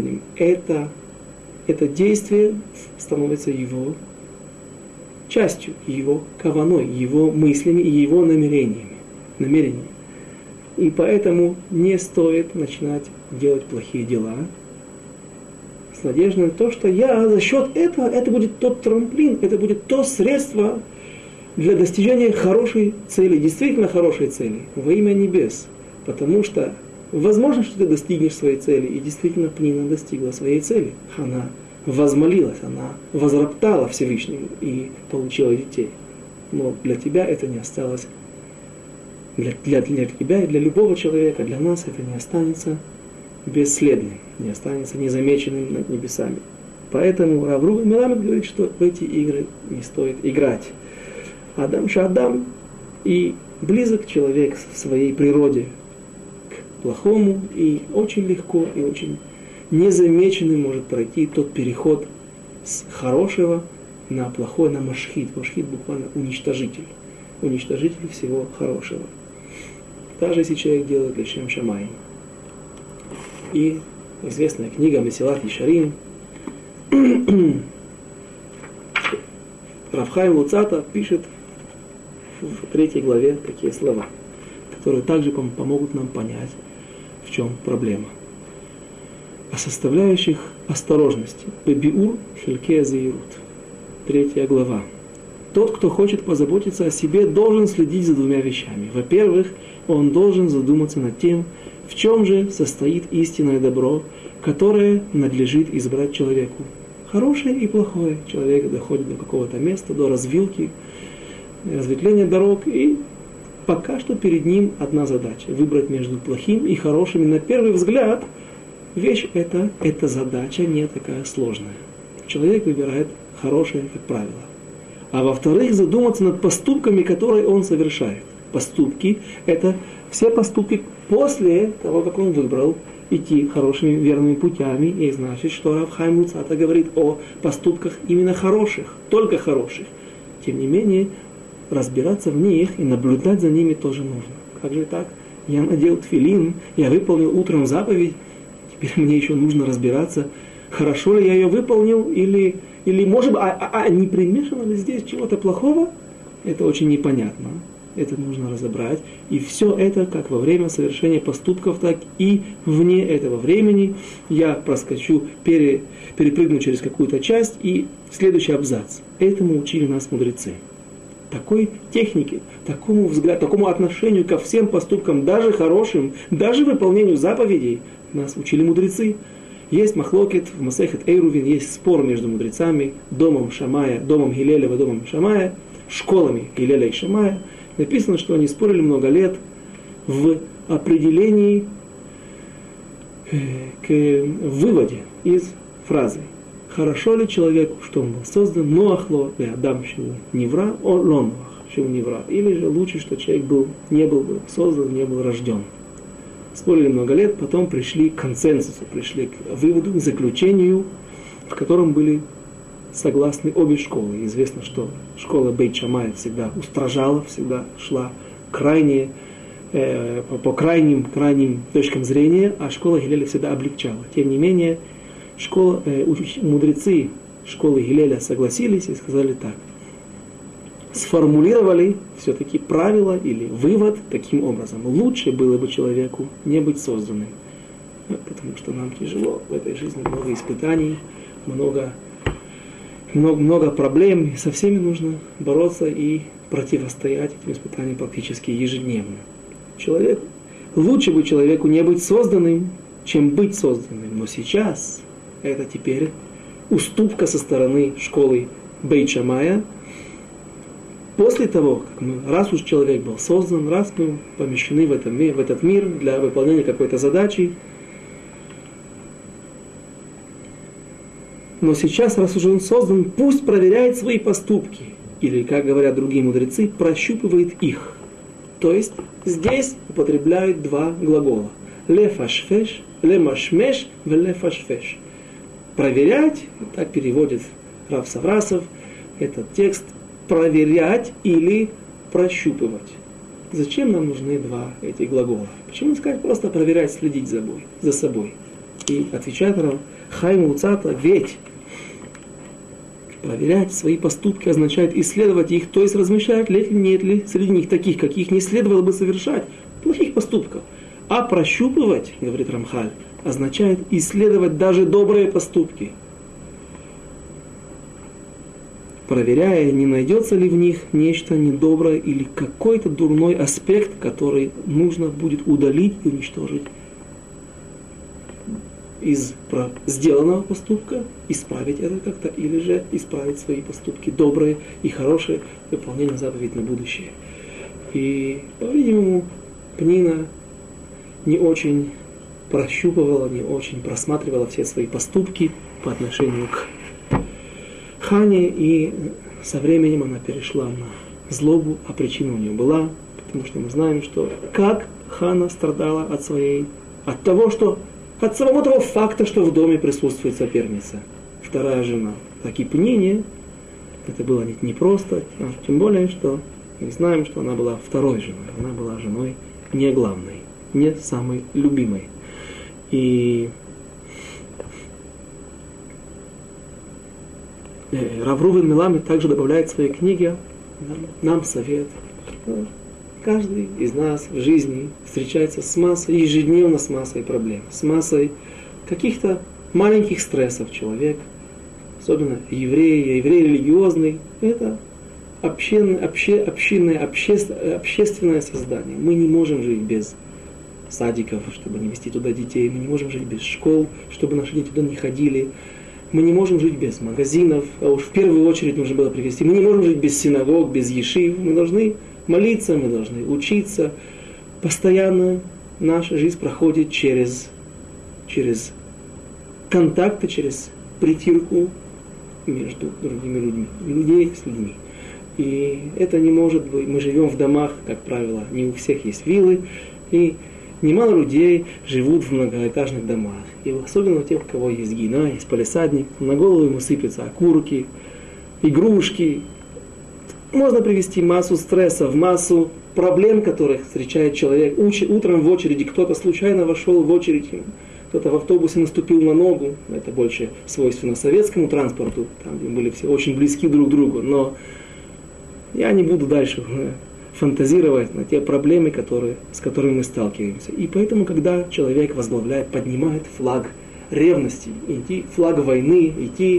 Speaker 1: это действие становится его частью, его каваной, его мыслями и его намерениями. И поэтому не стоит начинать делать плохие дела с надеждой на то, что я за счет этого, это будет тот трамплин, это будет то средство для достижения хорошей цели, действительно хорошей цели, во имя небес. Потому что возможно, что ты достигнешь своей цели, и действительно Пнина достигла своей цели. Она возмолилась, она возроптала Всевышнему и получила детей. Но для тебя это не осталось, для тебя и для любого человека, для нас это не останется бесследным, не останется незамеченным над небесами. Поэтому Рав Рувен Меламед говорит, что в эти игры не стоит играть. Адам Шадам, и близок человек в своей природе к плохому, и очень легко, и очень незамеченным может пройти тот переход с хорошего на плохое, на машхит. Машхит буквально уничтожитель. Уничтожитель всего хорошего. Даже если человек делает лешем шамаим. И известная книга Месилат Ешарим Рав Хаим Луцата пишет в 3 главе такие слова, которые также помогут нам понять, в чем проблема. О составляющих осторожности. Бебиур хилькея заирут. 3 глава. Тот, кто хочет позаботиться о себе, должен следить за 2 вещами. Во-первых, он должен задуматься над тем, в чем же состоит истинное добро, которое надлежит избрать человеку. Хорошее и плохое. Человек доходит до какого-то места, до развилки, разветвления дорог, и пока что перед ним одна задача. Выбрать между плохим и хорошим. И на первый взгляд, вещь эта задача не такая сложная. Человек выбирает хорошее, как правило. А во-вторых, задуматься над поступками, которые он совершает. Поступки – это все поступки после того, как он выбрал идти хорошими, верными путями. И значит, что Рав Хаим Луцата говорит о поступках именно хороших, только хороших. Тем не менее, разбираться в них и наблюдать за ними тоже нужно. Как же так? Я надел тфилин, я выполнил утром заповедь, теперь мне еще нужно разбираться, хорошо ли я ее выполнил, или может быть, не примешано ли здесь чего-то плохого? Это очень непонятно. Это нужно разобрать. И все это, как во время совершения поступков, так и вне этого времени. Я проскочу, перепрыгну через какую-то часть, и следующий абзац. Этому учили нас мудрецы. такой технике, такому взгляду, такому отношению ко всем поступкам, даже хорошим, даже выполнению заповедей, нас учили мудрецы. Есть махлокет в Масехет Эйрувин, есть спор между мудрецами, домом Шамая, домом Гилеля и домом Шамая, школами Гилеля и Шамая. Написано, что они спорили много лет в определении, к выводе из фразы. Хорошо ли человеку, что он был создан, ноахло и Адам шиву невра, о лонвах шиву невра. Или же лучше, что человек не был создан, не был рожден. Спорили много лет, потом пришли к консенсусу, пришли к выводу, к заключению, в котором были согласны обе школы. Известно, что школа Бейт Шамая всегда устражала, всегда шла крайне, по крайним точкам зрения, а школа Гилеля всегда облегчала. Тем не менее, мудрецы школы Гилеля согласились и сказали так. Сформулировали все-таки правило или вывод таким образом. Лучше было бы человеку не быть созданным. Потому что нам тяжело в этой жизни, много испытаний, много проблем. И со всеми нужно бороться и противостоять этим испытаниям практически ежедневно. Лучше бы человеку не быть созданным, чем быть созданным. Но сейчас это теперь уступка со стороны школы Бейт Шамая. После того, раз уж человек был создан, раз мы помещены в этот мир для выполнения какой-то задачи, но сейчас, раз уже он создан, пусть проверяет свои поступки. Или, как говорят другие мудрецы, прощупывает их. То есть, здесь употребляют два глагола. Лефашфеш, лемашмеш, велефашфеш. Проверять, так переводит Рав Саврасов этот текст, проверять или прощупывать. Зачем нам нужны два эти глагола? Почему сказать просто проверять, следить за собой? И отвечает Рав Хаим Луцата, ведь проверять свои поступки означает исследовать их, то есть размышляют ли, нет ли среди них таких, каких не следовало бы совершать, плохих поступков. А прощупывать, говорит Рамхаль, означает исследовать даже добрые поступки. Проверяя, не найдется ли в них нечто недоброе или какой-то дурной аспект, который нужно будет удалить и уничтожить из сделанного поступка, исправить это как-то, или же исправить свои поступки добрые и хорошие, выполнение заповедей на будущее. И, по-видимому, Пнина не очень прощупывала, не очень просматривала все свои поступки по отношению к Хане, и со временем она перешла на злобу, а причина у нее была, потому что мы знаем, что как Хана страдала от самого того факта, что в доме присутствует соперница, вторая жена. Так и Пнине это было непросто, тем более, что мы знаем, что она была второй женой, она была женой не главной, не самой любимой. И Рав Рувен Меламед также добавляет в своей книге нам совет. Каждый из нас в жизни встречается ежедневно с массой проблем, с массой каких-то маленьких стрессов. Человек, особенно еврей религиозный, это общественное создание. Мы не можем жить без садиков, чтобы не вести туда детей, мы не можем жить без школ, чтобы наши дети туда не ходили. Мы не можем жить без магазинов, а уж в первую очередь нужно было привести. Мы не можем жить без синагог, без ешив. Мы должны молиться, мы должны учиться. Постоянно наша жизнь проходит через контакты, через притирку между другими людьми, людей с людьми. И это не может быть. Мы живем в домах, как правило, не у всех есть виллы, и немало людей живут в многоэтажных домах. И особенно у тех, у кого есть гина, есть палисадник, на голову ему сыпятся окурки, игрушки. Можно привести массу стрессов, массу проблем, которых встречает человек. Утром в очереди кто-то случайно вошел в очередь, кто-то в автобусе наступил на ногу. Это больше свойственно советскому транспорту, там где были все очень близки друг к другу. Но я не буду дальше фантазировать на те проблемы, с которыми мы сталкиваемся. И поэтому, когда человек поднимает флаг ревности, флаг войны,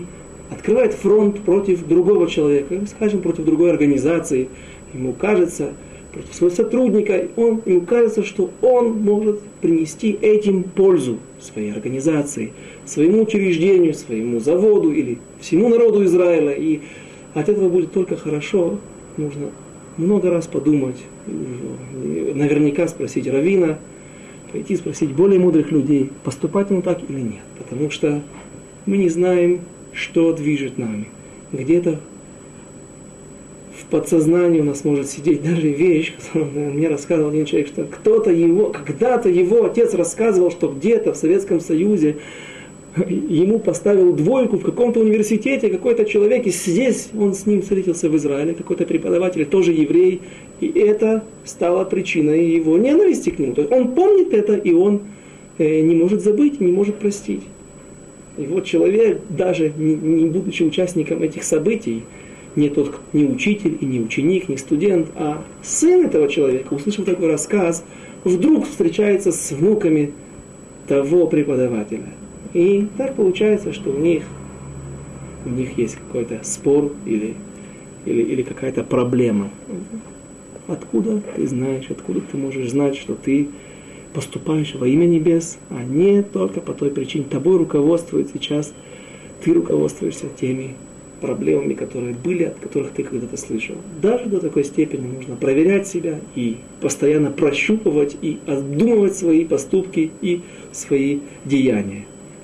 Speaker 1: открывает фронт против другого человека, скажем, против другой организации, ему кажется, против своего сотрудника, ему кажется, что он может принести этим пользу своей организации, своему учреждению, своему заводу или всему народу Израиля, и от этого будет только хорошо. Нужно много раз подумать, наверняка спросить раввина, пойти спросить более мудрых людей, поступать ему так или нет, потому что мы не знаем, что движет нами. Где-то в подсознании у нас может сидеть даже вещь, которую мне рассказывал один человек, что когда-то его отец рассказывал, что где-то в Советском Союзе ему поставил двойку в каком-то университете какой-то человек, и здесь он с ним встретился в Израиле, какой-то преподаватель, тоже еврей, и это стало причиной его ненависти к нему. То есть он помнит это, и он не может забыть, не может простить. И вот человек, даже не будучи участником этих событий, не учитель и не ученик, не студент, а сын этого человека, услышав такой рассказ, вдруг встречается с внуками того преподавателя. И так получается, что у них есть какой-то спор или какая-то проблема. Откуда ты знаешь, откуда ты можешь знать, что ты поступаешь во имя небес, а не только по той причине. Тобой руководствует сейчас, ты руководствуешься теми проблемами, которые были, от которых ты когда-то слышал. Даже до такой степени нужно проверять себя и постоянно прощупывать и обдумывать свои поступки и свои деяния.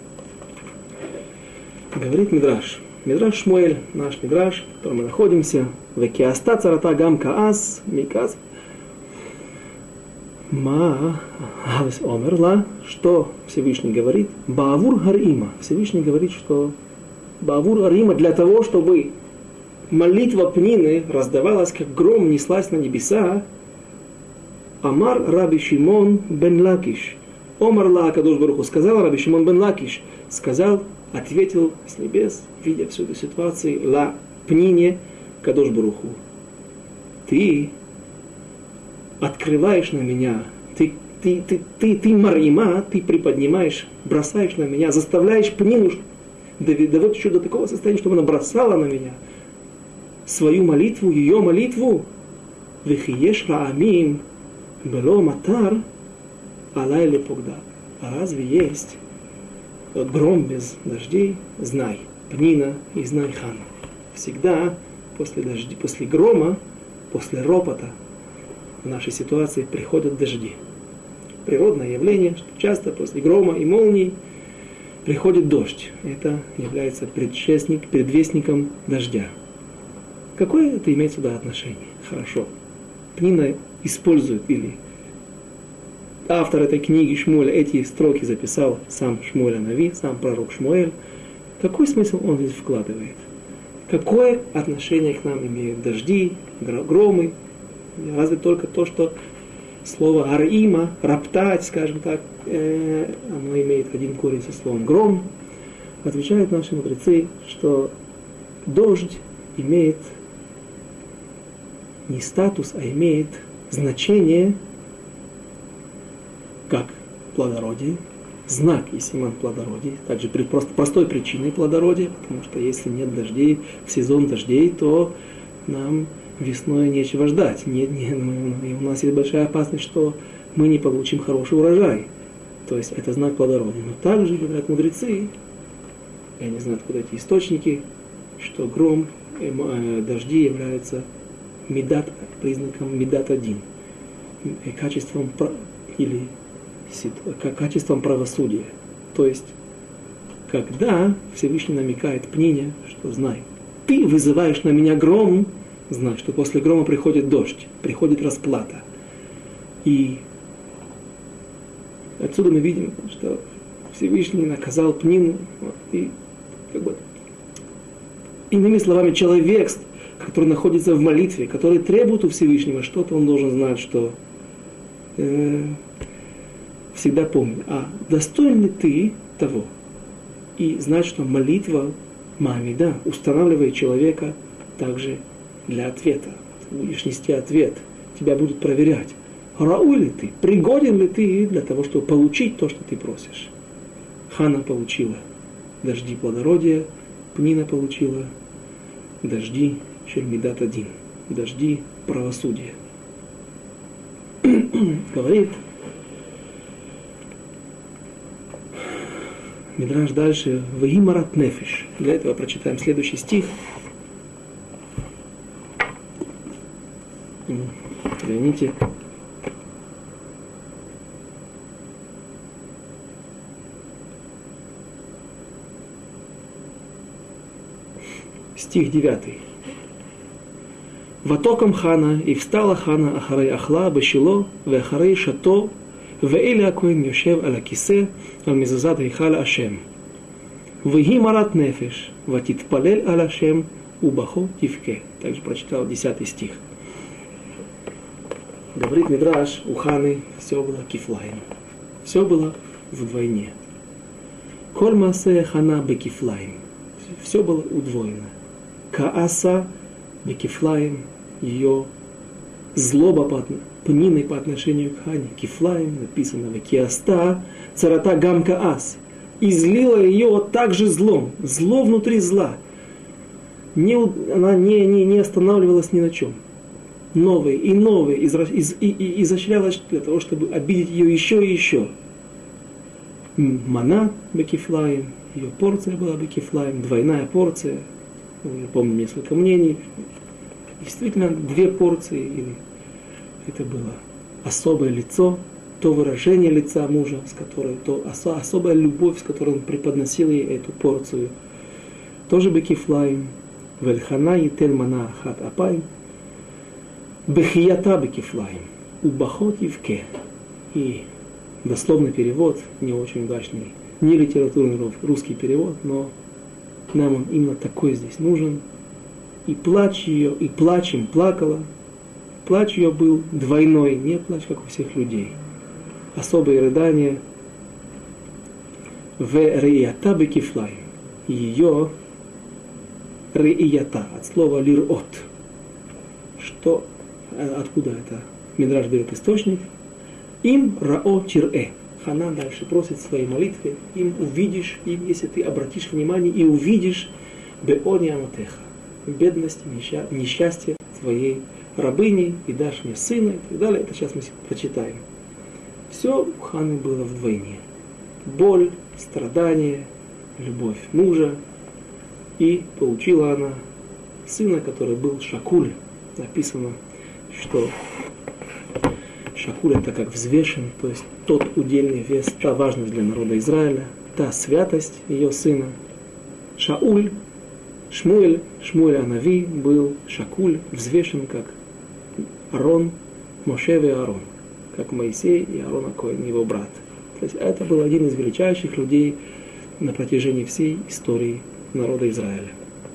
Speaker 1: Говорит Мидраш. Мидраш Шмуэль, наш Мидраш, в котором мы находимся. Векиаста царата гам каас миказ. Ма авес омерла, что Всевышний говорит? Баавур гарима. Всевышний говорит, что Баавур гарима для того, чтобы молитва Пнины раздавалась, как гром неслась на небеса. Амар Раби Шимон бен Лакиш. Омар ла Акадош Барух Ху, сказал Раби Шимон бен Лакиш, ответил с небес, видя всю эту ситуацию, ла Пнине Кадош Барух Ху. Ты открываешь на меня, ты марима, ты приподнимаешь, бросаешь на меня, заставляешь Пнину доводить еще до такого состояния, чтобы она бросала на меня свою молитву, ее молитву. Вехиеш раамим бело матар алай лепогда. А разве есть гром без дождей? Знай, Пнина, и знай, Хана. Всегда после грома, после ропота в нашей ситуации приходят дожди. Природное явление, что часто после грома и молний приходит дождь. Это является предвестником дождя. Какое это имеет сюда отношение? Хорошо. Пнина использует, или автор этой книги Шмуэль эти строки записал сам Шмуэль Анави, сам пророк Шмуэль. Какой смысл он здесь вкладывает? Какое отношение к нам имеют дожди, громы? Разве только то, что слово арима, роптать, скажем так, оно имеет один корень со словом гром. Отвечают наши мудрецы, что дождь имеет не статус, а имеет значение как плодородие, знак и символ плодородия, также простой причиной плодородия, потому что если нет дождей, в сезон дождей, то нам весной нечего ждать. И у нас есть большая опасность, что мы не получим хороший урожай. То есть это знак плодородия. Но также говорят мудрецы, я не знаю, откуда эти источники, что гром, дожди являются признаком медат один, качеством правосудия. То есть, когда Всевышний намекает Пнине, что знай, ты вызываешь на меня гром, знай, что после грома приходит дождь, приходит расплата. И отсюда мы видим, что Всевышний наказал Пнину, и иными словами, человек, который находится в молитве, который требует у Всевышнего что-то, он должен знать, что всегда помни, а достоин ли ты того? И знать, что молитва Маамида устанавливает человека также для ответа. Ты будешь нести ответ, тебя будут проверять. Рау ли ты, пригоден ли ты для того, чтобы получить то, что ты просишь? Хана получила дожди плодородия, Пнина получила дожди Шельмидат один, дожди правосудия. Говорит Мидраш дальше, «Вегимарат нефиш». Для этого прочитаем следующий стих. Извините. Стих 9. «Ватокам хана, и встала хана ахарей ахла бешило, веахарей шато, ואלה הכהן יושב על הכיסא, על מזוזת היכל השם. ויהי מרת נפש, ותתפלל על השם, ובכו תבכה». Также прочитал 10 стих. Говорит Мидраш, у Ханы все было кифлаем. Все было вдвойне. Коль маасе хана бекифлаем. Все было удвоено. Кааса бекифлаем, ее злоба Пниной по отношению к Хане, Кифлаем, написано в Киаста, царата гамка ас, излила ее также злом, зло внутри зла. Она не останавливалась ни на чем. Новые и новые изощрялась для того, чтобы обидеть ее еще и еще. Мана бекифлаем, ее порция была бекифлаем, двойная порция. Я помню несколько мнений. Действительно, 2 порции или это было особое лицо, то выражение лица мужа, то особая любовь, с которой он преподносил ей эту порцию. Тоже бекифлаем, вельхана етель мана ахат апаим, бехията бекифлаем, убахот евке. И дословный перевод, не очень удачный, не литературный русский перевод, но нам он именно такой здесь нужен. И плач ее, и плачем плакала. Плач ее был двойной, не плач, как у всех людей. Особые рыдания. В реията бекифлай. Ее реията, от слова лирот. Что, откуда это? Мидраш берет источник. Им рао тирэ. Хана дальше просит в своей молитве. Им увидишь, им, если ты обратишь внимание и увидишь беони амотеха. Бедность, несчастье твоей рабыни, и дашь мне сына, и так далее. Это сейчас мы прочитаем. Все у Ханы было вдвойне. Боль, страдание, любовь мужа. И получила она сына, который был Шакуль. Написано, что Шакуль это как взвешен, то есть тот удельный вес, та важность для народа Израиля, та святость ее сына. Шауль, Шмуэль Анави был Шакуль, взвешен как Арон, Моше и Аарон, как Моисей и Аарон Акоин, его брат. То есть это был один из величайших людей на протяжении всей истории народа Израиля.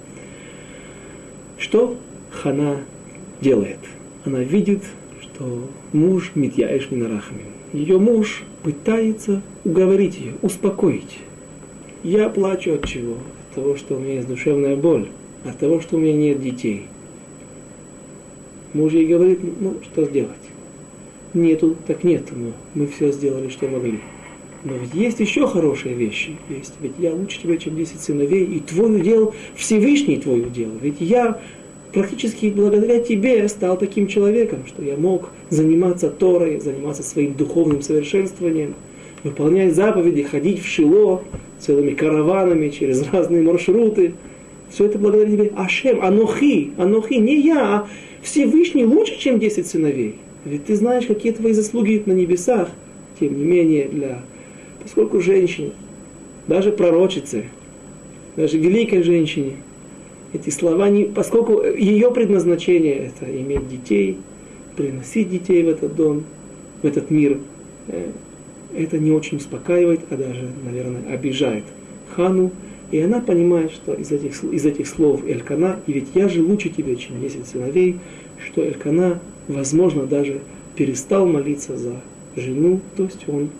Speaker 1: Что Хана делает? Она видит, что муж Митьяэш Минарахамим. Ее муж пытается уговорить ее, успокоить. Я плачу от чего? От того, что у меня есть душевная боль, от того, что у меня нет детей. Муж ей говорит, что сделать? Нету, так нету, но мы все сделали, что могли. Но ведь есть еще хорошие вещи. Есть. Ведь я лучше тебя, чем 10 сыновей, и твой удел, Всевышний твой удел. Ведь я практически благодаря тебе стал таким человеком, что я мог заниматься Торой, заниматься своим духовным совершенствованием, выполнять заповеди, ходить в Шило целыми караванами через разные маршруты. Все это благодаря тебе. Ашем, Анохи, не я, а Всевышний лучше, чем 10 сыновей. Ведь ты знаешь, какие твои заслуги на небесах. Тем не менее, поскольку женщине, даже пророчице, даже великой женщине, эти слова, поскольку ее предназначение это иметь детей, приносить детей в этот дом, в этот мир, это не очень успокаивает, а даже, наверное, обижает Хану. И она понимает, что из этих слов Элькана, и ведь я же лучше тебя, чем 10 сыновей, что Элькана, возможно, даже перестал молиться за жену, то есть он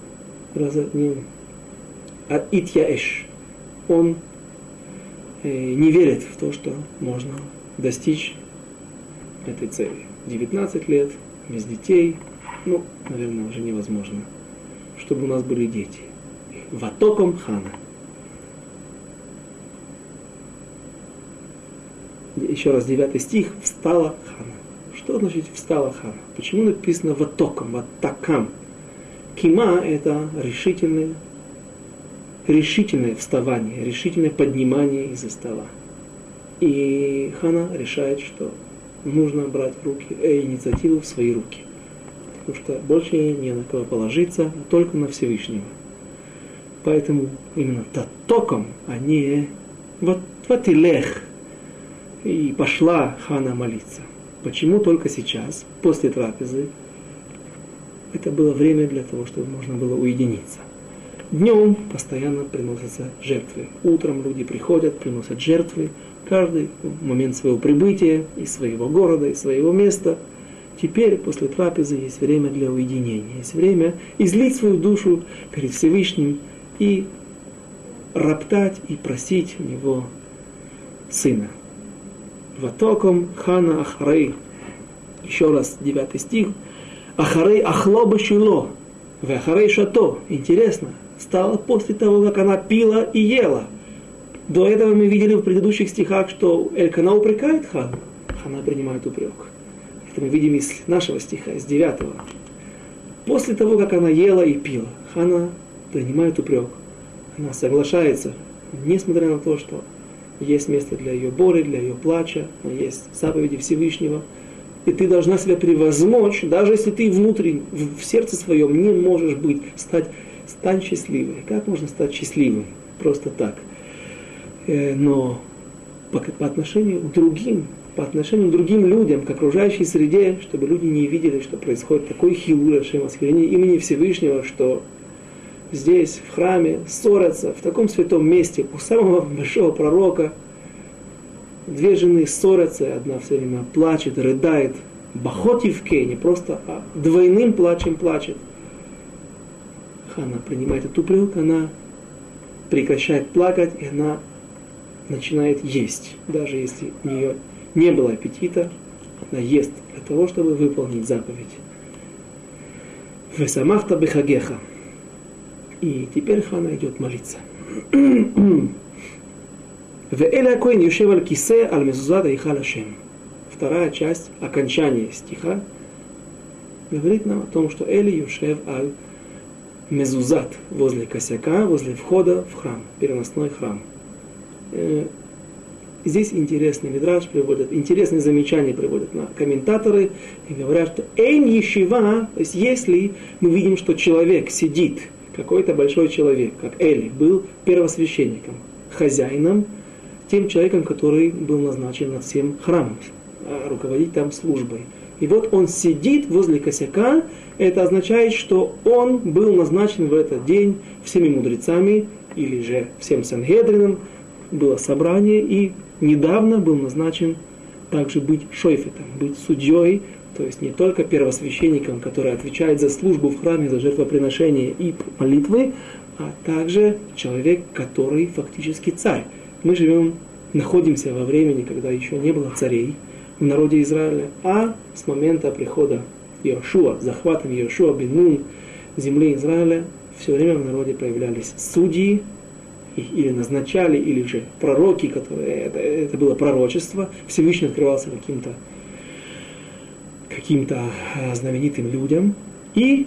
Speaker 1: Итьяэш, он не верит в то, что можно достичь этой цели. 19 лет, без детей, наверное, уже невозможно, чтобы у нас были дети. Ватоком Хана. еще раз 9 стих, встала Хана. Что значит встала Хана? Почему написано ватоком, ватакам? Кима – это решительное вставание, решительное поднимание из-за стола. И Хана решает, что нужно брать инициативу в свои руки. Потому что больше не на кого положиться, а только на Всевышнего. Поэтому именно татоком, а не ватилех. И пошла Хана молиться. Почему только сейчас, после трапезы? Это было время для того, чтобы можно было уединиться. Днем постоянно приносятся жертвы. Утром люди приходят, приносят жертвы. Каждый момент своего прибытия, из своего города, из своего места. Теперь, после трапезы, есть время для уединения. Есть время излить свою душу перед Всевышним и роптать и просить у него сына. Ватоком Хана Ахарей. Еще раз, 9 стих. Ахарей ахло башило. Вахарей шато. Интересно. Стало после того, как она пила и ела. До этого мы видели в предыдущих стихах, что Элькана упрекает Хану. Хана принимает упрек. Это мы видим из нашего стиха, из 9. После того, как она ела и пила, Хана принимает упрек. Она соглашается, несмотря на то, что есть место для ее боли, для ее плача, есть заповеди Всевышнего. И ты должна себя превозмочь, даже если ты внутренне, в сердце своем не можешь стань счастливой. Как можно стать счастливым? Просто так. Но по отношению к другим людям, к окружающей среде, чтобы люди не видели, что происходит такой хилур Ашем, осквернение имени Всевышнего, что здесь, в храме, ссорятся, в таком святом месте, у самого большого пророка, 2 жены ссорятся, одна все время плачет, рыдает, бахотивке, не просто, а двойным плачем плачет. Хана принимает этот упрек, она прекращает плакать, и она начинает есть. Даже если у нее не было аппетита, она ест для того, чтобы выполнить заповедь. «Весамахта бехагеха». И теперь Хана идет молиться. «Веэля коэн юшев аль кисе аль мезузат айхал Ашем». Вторая часть, окончание стиха, говорит нам о том, что Эли юшев аль мезузат, возле косяка, возле входа в храм, переносной храм. Здесь интересный мидраш приводят, интересные замечания приводят на комментаторы и говорят, что эйн ешива, то есть если мы видим, что человек сидит, какой-то большой человек, как Эли, был первосвященником, хозяином, тем человеком, который был назначен над всем храмом, руководить там службой. И вот он сидит возле косяка, это означает, что он был назначен в этот день всеми мудрецами, или же всем Сангедрином, было собрание, и недавно был назначен также быть шойфетом, быть судьей, то есть не только первосвященником, который отвечает за службу в храме, за жертвоприношение и молитвы, а также человек, который фактически царь. Мы находимся во времени, когда еще не было царей в народе Израиля, а с момента прихода Иошуа, захватом Иошуа бен Нун земли Израиля, все время в народе появлялись судьи, или назначали, или же пророки, которые это было пророчество, Всевышний открывался каким-то знаменитым людям, и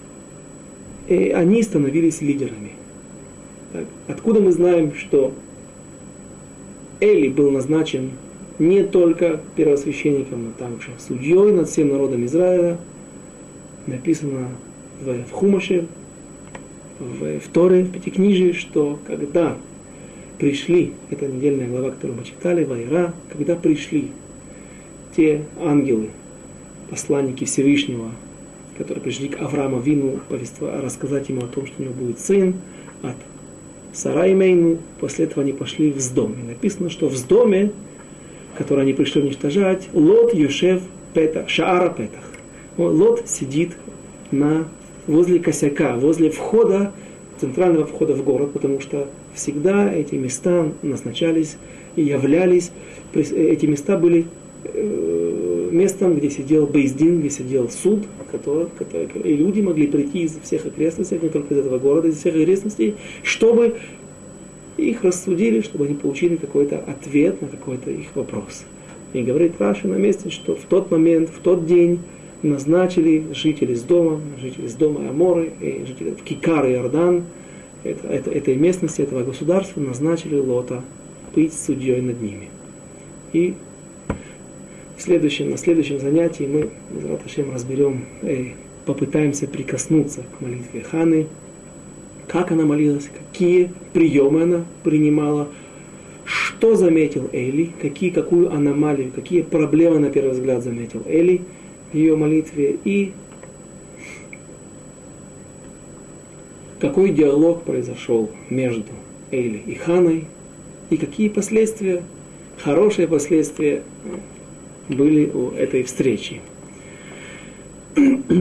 Speaker 1: они становились лидерами. Так, откуда мы знаем, что Эли был назначен не только первосвященником, но также судьей над всем народом Израиля? Написано в Хумаше, в Торе, в Пятикнижии, что когда пришли, это недельная глава, которую мы читали, Ваира, когда пришли те ангелы, посланники Всевышнего, которые пришли к Аврааму Вину, рассказать ему о том, что у него будет сын, от Сарай Мейну, после этого они пошли в Сдом. И написано, что в Сдоме, который они пришли уничтожать, Лот Юшев Петах, Шаара Петах. Лот сидит возле косяка, возле входа, центрального входа в город, потому что всегда эти места назначались и являлись, эти места были местом, где сидел Бейздин, где сидел суд, и люди могли прийти из всех окрестностей, не только из этого города, из всех окрестностей, чтобы их рассудили, чтобы они получили какой-то ответ на какой-то их вопрос. И говорит Раши на месте, что в тот момент, в тот день назначили жители из дома Аморы, и жители Кикар и Иордан, этой местности, этого государства, назначили Лота быть судьей над ними. И на следующем занятии мы, Мизрат Ашем, разберем, попытаемся прикоснуться к молитве Ханы, как она молилась, какие приемы она принимала, что заметил Эли, какую аномалию, какие проблемы на первый взгляд заметил Эли в ее молитве, и какой диалог произошел между Эли и Ханой, и какие последствия, хорошие последствия были у этой встречи.